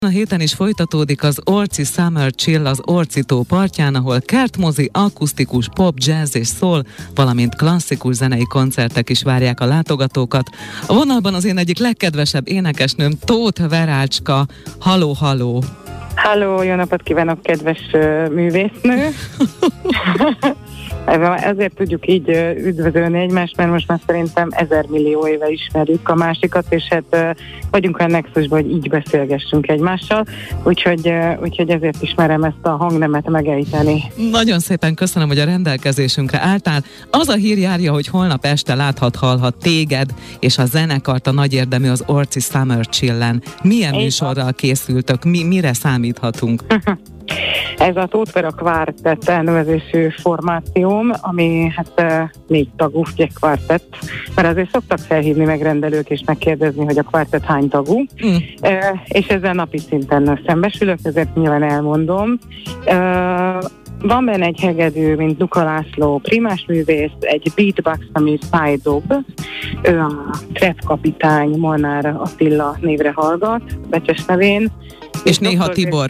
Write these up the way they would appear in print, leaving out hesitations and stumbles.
A héten is folytatódik az Orci Summer Chill az Orci tó partján, ahol kertmozi, akusztikus, pop, jazz és soul, valamint klasszikus zenei koncertek is várják a látogatókat. A vonalban az én egyik legkedvesebb énekesnőm, Tóth Verácska. Halló, halló! Halló, jó napot kívánok, kedves művésznő! Ezért tudjuk így üdvözölni egymást, mert most már szerintem 1000 millió éve ismerjük a másikat, és hát vagyunk olyan nexusban, hogy így beszélgessünk egymással, úgyhogy ezért ismerem ezt a hangnemet megejteni. Nagyon szépen köszönöm, hogy a rendelkezésünkre álltál. Az a hír járja, hogy holnap este hallhat téged és a zenekart a nagy érdemű az Orci Summer Chill-en. Milyen műsorral készültök? Mire számíthatunk? Ez a Tóth Vera Quartet elnevezésű formációm, ami hát 4 tagú, ugye kvartett, mert azért szoktak felhívni megrendelők és megkérdezni, hogy a kvartett hány tagú, és ezzel napi szinten szembesülök, ezért nyilván elmondom. Van benne egy hegedű, mint Duka László primásművész, egy beatbox, ami szájdob, ő a trap kapitány, Molnár Attila névre hallgat, becses nevén. És néha Tibor.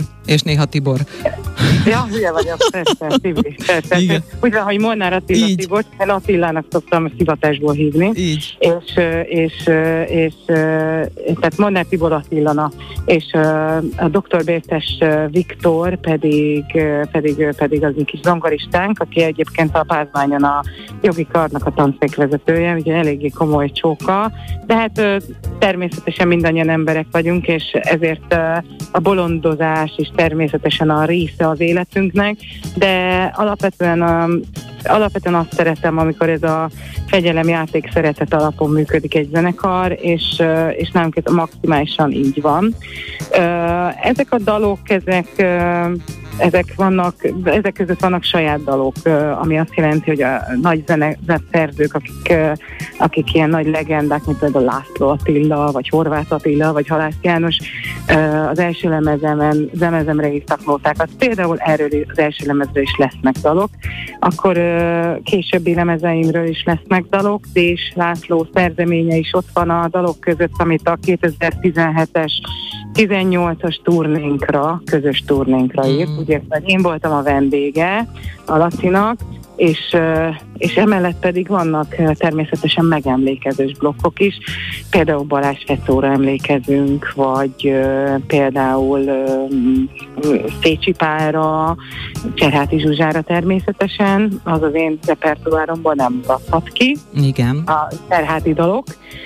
Ja, hülye vagyok, persze, Tibi, persze. Úgy van, hogy Molnár Attila Tibor, én Attilának szoktam hivatásból hívni. Így. És tehát Molnár Tibor Attilana, és a Dr. Bértes Viktor pedig az egy kis zongoristánk, aki egyébként a Pázmányon a jogi karnak a tanszékvezetője, ugye eléggé komoly csóka, de hát természetesen mindannyian emberek vagyunk, és ezért a bolondozás is természetesen a része az életünknek, de alapvetően azt szeretem, amikor ez a fegyelemjáték szeretet alapon működik egy zenekar, és nálunk ez maximálisan így van. Ezek a dalok, ezek között vannak saját dalok, ami azt jelenti, hogy a nagy zeneszerzők, akik ilyen nagy legendák, mint például László Attila, vagy Horváth Attila, vagy Halász János, az első lemezemre írtak nótákat. Például erről az első lemezről is lesznek dalok, akkor későbbi lemezeimről is lesznek dalok, és László szerzeménye is ott van a dalok között, amit a 2017-es 18-as közös turnénkra írt. Ugye én voltam a vendége a Lacinak, és emellett pedig vannak természetesen megemlékezős blokkok is. Például Balázs Fecóra emlékezünk, vagy például Szécsi Pálra, Cserháti Zsuzsára természetesen. Az én repertoáromban nem rakhat ki. Igen. A Cserháti dalok.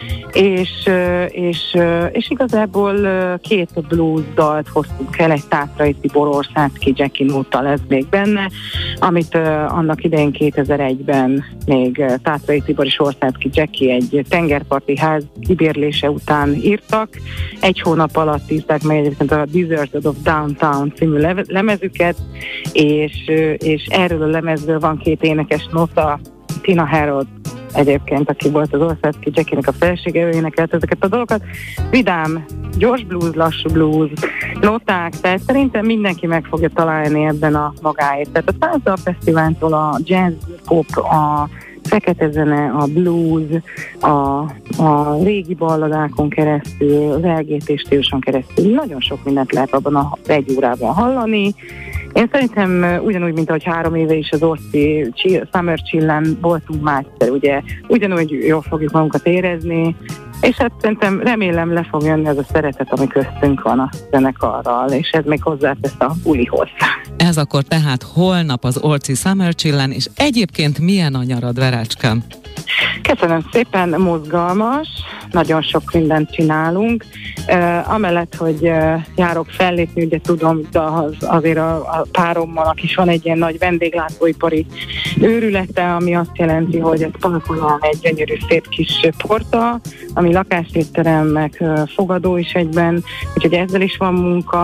És igazából 2 blues dalt hoztunk el, egy Tátrai Tibor, Orszácki Jackie nóta lesz még benne, amit annak idején 2001-ben még Tátrai Tibor és Orszácki Jackie egy tengerparti ház kibérlése után írtak. 1 hónap alatt írták meg egyébként a Deserted of Downtown című lemezüket, és erről a lemezről van 2 énekes nóta, Tina Harold egyébként, aki volt az Orszácki Jackie-nek a felesége, ő énekelt ezeket a dolgokat. Vidám, gyors blues, lassú blues, noták, tehát szerintem mindenki meg fogja találni ebben a magáét. Tehát a Tánzal Fesztiváltól a jazz, pop, a fekete zene, a blues, a régi balladákon keresztül, az LGT stíluson keresztül, nagyon sok mindent lehet abban a 1 órában hallani. Én szerintem ugyanúgy, mint ahogy 3 éve is az Orci Summer Chill-en voltunk már egyszer, ugye ugyanúgy jól fogjuk magunkat érezni, és hát szerintem remélem le fog jönni az a szeretet, ami köztünk van a zenekarral, és ez még hozzátesz a bulihoz. Ez akkor tehát holnap az Orci Summer Chill-en, és egyébként milyen a nyarad, Verácskám? Köszönöm szépen, mozgalmas, nagyon sok mindent csinálunk. Amellett, hogy járok fellépni, ugye tudom, de azért a párommal, aki is van egy ilyen nagy vendéglátóipari őrülete, ami azt jelenti, hogy ez Parakolán egy gyönyörű szép kis porta, ami lakásétterem, meg fogadó is egyben, úgyhogy ezzel is van munka.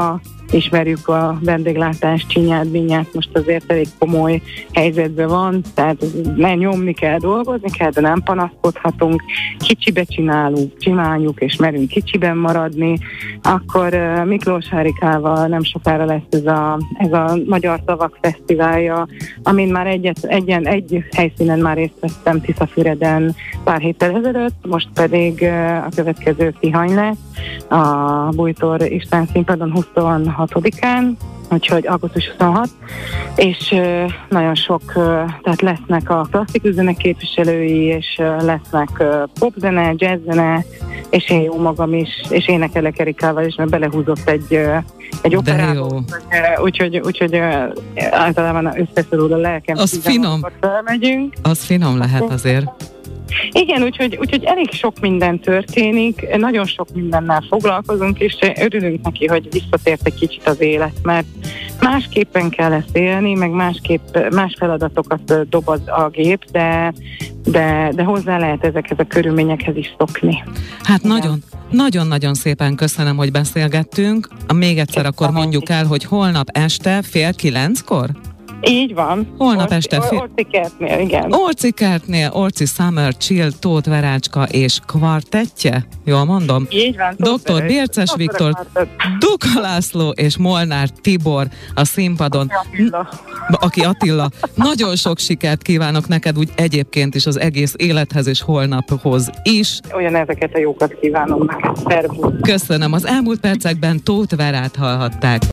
ismerjük a vendéglátást, Csinyát, Binyát, most azért elég komoly helyzetben van, tehát ne nyomni kell, dolgozni kell, de nem panaszkodhatunk, kicsibe csináljuk, és merünk kicsiben maradni, akkor Miklós Erikával nem sokára lesz ez a Magyar Tavak Fesztiválja, amin már egy helyszínen már részt vettem, Tiszafüreden pár héttel ezelőtt, most pedig a következő Tihany lesz, a Bújtor István színpadon 26-án, úgyhogy augusztus 26, és nagyon sok, tehát lesznek a klasszikus zene képviselői, és lesznek popzene, jazzene, és én jó magam is, és énekelek Erikával is, mert belehúzott egy operába, úgyhogy általában összeszorul a lelkem. Az finom. Felmegyünk. Az finom lehet azért. Igen, úgyhogy elég sok minden történik, nagyon sok mindennel foglalkozunk, és örülünk neki, hogy visszatért egy kicsit az élet, mert másképpen kell ezt élni, meg más feladatokat dob a gép, de hozzá lehet ezekhez a körülményekhez is szokni. Hát nagyon-nagyon szépen köszönöm, hogy beszélgettünk. Még egyszer akkor mondjuk el, hogy holnap este 8:30-kor? Így van. Holnap este Orci Kertnél, igen. Orci Kertnél, Orci Summer Chill, Tóth Verácska és kvartettje? Jól mondom? Így van. Dr. Bérces Viktor, Duka László és Molnár Tibor a színpadon. Aki Attila. Nagyon sok sikert kívánok neked úgy egyébként is az egész élethez és holnaphoz is. Olyan ezeket a jókat kívánom neked. Szervusz. Köszönöm. Az elmúlt percekben Tóth Verát hallhatták.